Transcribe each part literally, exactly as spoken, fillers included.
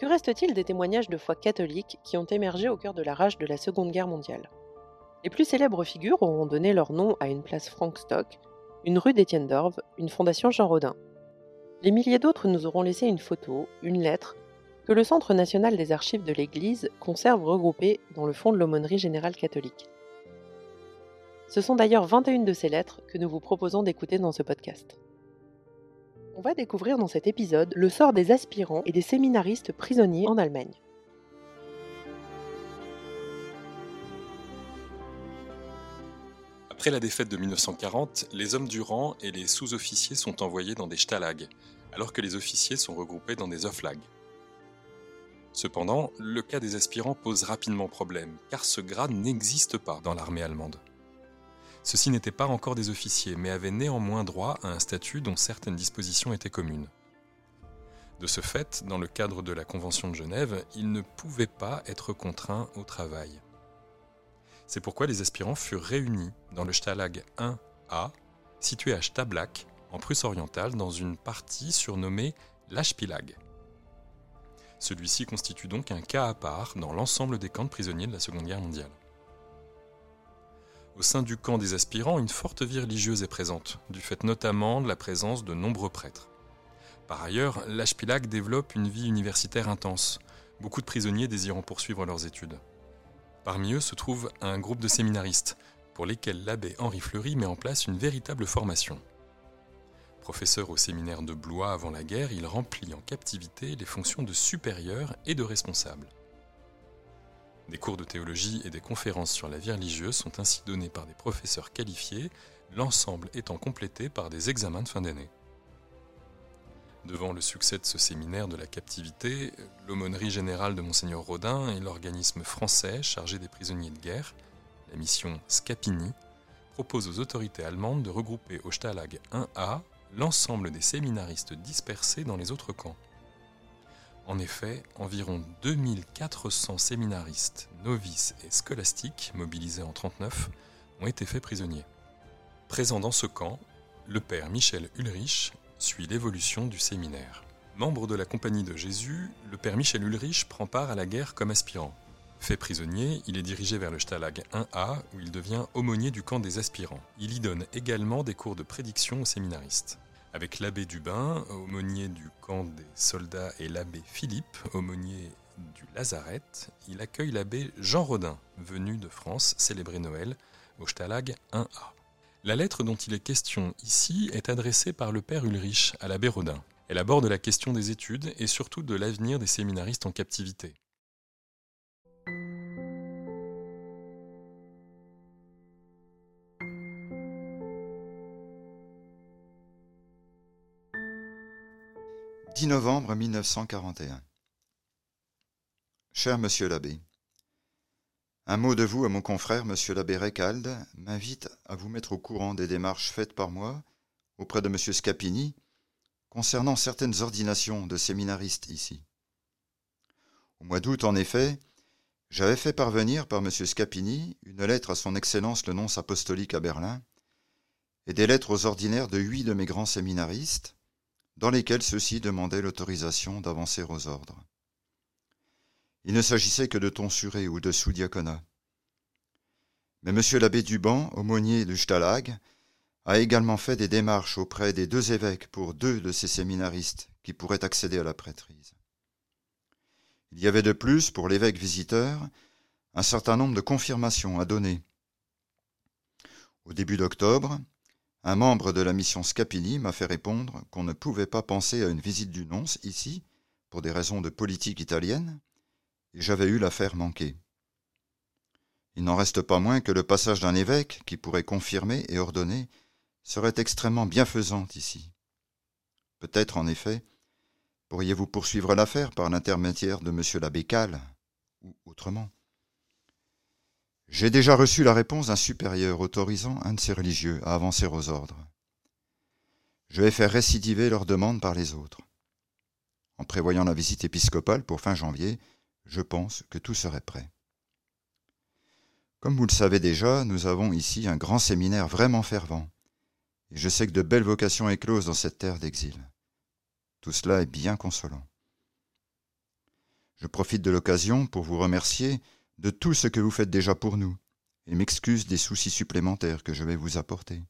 Que reste-t-il des témoignages de foi catholique qui ont émergé au cœur de la rage de la Seconde Guerre mondiale? Les plus célèbres figures auront donné leur nom à une place Frank Stock, une rue d'Étienne d'Orve, une fondation Jean Rodin. Les milliers d'autres nous auront laissé une photo, une lettre, que le Centre national des archives de l'Église conserve regroupées dans le fond de l'aumônerie générale catholique. Ce sont d'ailleurs vingt et une de ces lettres que nous vous proposons d'écouter dans ce podcast. On va découvrir dans cet épisode le sort des aspirants et des séminaristes prisonniers en Allemagne. Après la défaite de mille neuf cent quarante, les hommes du rang et les sous-officiers sont envoyés dans des Stalags, alors que les officiers sont regroupés dans des Oflag. Cependant, le cas des aspirants pose rapidement problème, car ce grade n'existe pas dans l'armée allemande. Ceux-ci n'étaient pas encore des officiers, mais avaient néanmoins droit à un statut dont certaines dispositions étaient communes. De ce fait, dans le cadre de la Convention de Genève, ils ne pouvaient pas être contraints au travail. C'est pourquoi les aspirants furent réunis dans le Stalag un A, situé à Stablach, en Prusse orientale, dans une partie surnommée l'Aschpilag. Celui-ci constitue donc un cas à part dans l'ensemble des camps de prisonniers de la Seconde Guerre mondiale. Au sein du camp des aspirants, une forte vie religieuse est présente, du fait notamment de la présence de nombreux prêtres. Par ailleurs, l'Aschpilag développe une vie universitaire intense, beaucoup de prisonniers désirant poursuivre leurs études. Parmi eux se trouve un groupe de séminaristes, pour lesquels l'abbé Henri Fleury met en place une véritable formation. Professeur au séminaire de Blois avant la guerre, il remplit en captivité les fonctions de supérieur et de responsable. Des cours de théologie et des conférences sur la vie religieuse sont ainsi donnés par des professeurs qualifiés, l'ensemble étant complété par des examens de fin d'année. Devant le succès de ce séminaire de la captivité, l'aumônerie générale de Monseigneur Rodin et l'organisme français chargé des prisonniers de guerre, la mission Scapini, proposent aux autorités allemandes de regrouper au Stalag un A l'ensemble des séminaristes dispersés dans les autres camps. En effet, environ deux mille quatre cents séminaristes, novices et scolastiques, mobilisés en trente-neuf, ont été faits prisonniers. Présent dans ce camp, le père Michel Ulrich suit l'évolution du séminaire. Membre de la Compagnie de Jésus, le père Michel Ulrich prend part à la guerre comme aspirant. Fait prisonnier, il est dirigé vers le Stalag un A où il devient aumônier du camp des aspirants. Il y donne également des cours de prédiction aux séminaristes. Avec l'abbé Dubin, aumônier du camp des soldats, et l'abbé Philippe, aumônier du Lazaret, il accueille l'abbé Jean Rodin, venu de France célébrer Noël, au Stalag un A. La lettre dont il est question ici est adressée par le père Ulrich à l'abbé Rodin. Elle aborde la question des études et surtout de l'avenir des séminaristes en captivité. dix novembre mille neuf cent quarante et un. Cher monsieur l'abbé, un mot de vous à mon confrère monsieur l'abbé Recalde m'invite à vous mettre au courant des démarches faites par moi auprès de monsieur Scapini concernant certaines ordinations de séminaristes ici. Au mois d'août, en effet, j'avais fait parvenir par monsieur Scapini une lettre à son Excellence le nonce apostolique à Berlin et des lettres aux ordinaires de huit de mes grands séminaristes, dans lesquels ceux-ci demandaient l'autorisation d'avancer aux ordres. Il ne s'agissait que de tonsuré ou de sous-diaconat. Mais M. l'abbé Duban, aumônier du Stalag, a également fait des démarches auprès des deux évêques pour deux de ces séminaristes qui pourraient accéder à la prêtrise. Il y avait de plus, pour l'évêque visiteur, un certain nombre de confirmations à donner. Au début d'octobre, un membre de la mission Scapini m'a fait répondre qu'on ne pouvait pas penser à une visite du nonce ici, pour des raisons de politique italienne, et j'avais eu l'affaire manquée. Il n'en reste pas moins que le passage d'un évêque, qui pourrait confirmer et ordonner, serait extrêmement bienfaisant ici. Peut-être, en effet, pourriez-vous poursuivre l'affaire par l'intermédiaire de monsieur l'abbé Calle, ou autrement. J'ai déjà reçu la réponse d'un supérieur autorisant un de ces religieux à avancer aux ordres. Je vais faire récidiver leur demande par les autres. En prévoyant la visite épiscopale pour fin janvier, je pense que tout serait prêt. Comme vous le savez déjà, nous avons ici un grand séminaire vraiment fervent, et je sais que de belles vocations éclosent dans cette terre d'exil. Tout cela est bien consolant. Je profite de l'occasion pour vous remercier de tout ce que vous faites déjà pour nous et m'excuse des soucis supplémentaires que je vais vous apporter.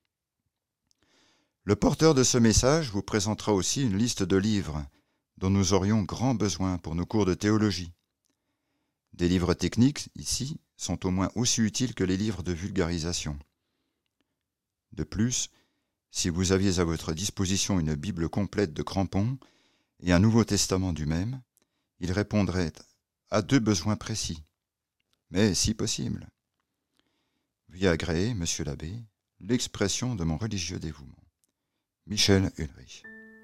Le porteur de ce message vous présentera aussi une liste de livres dont nous aurions grand besoin pour nos cours de théologie. Des livres techniques, ici, sont au moins aussi utiles que les livres de vulgarisation. De plus, si vous aviez à votre disposition une Bible complète de Crampon et un Nouveau Testament du même, il répondrait à deux besoins précis, mais si possible. Veuillez agréer, monsieur l'abbé, l'expression de mon religieux dévouement. Michel Ulrich.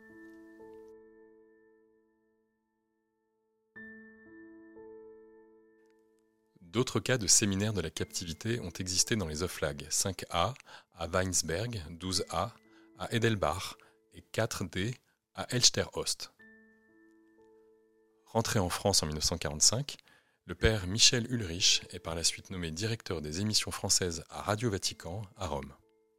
D'autres cas de séminaires de la captivité ont existé dans les Oflag, cinq A à Weinsberg, douze A à Edelbach et quatre D à Elster-Ost. Rentré en France en mille neuf cent quarante-cinq, le père Michel Ulrich est par la suite nommé directeur des émissions françaises à Radio Vatican à Rome.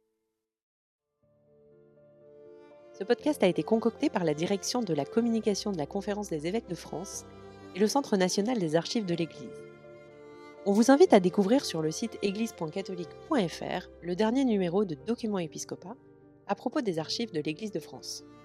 Ce podcast a été concocté par la direction de la communication de la Conférence des évêques de France et le Centre national des archives de l'Église. On vous invite à découvrir sur le site église point catholique point f r le dernier numéro de Documents Episcopat à propos des archives de l'Église de France.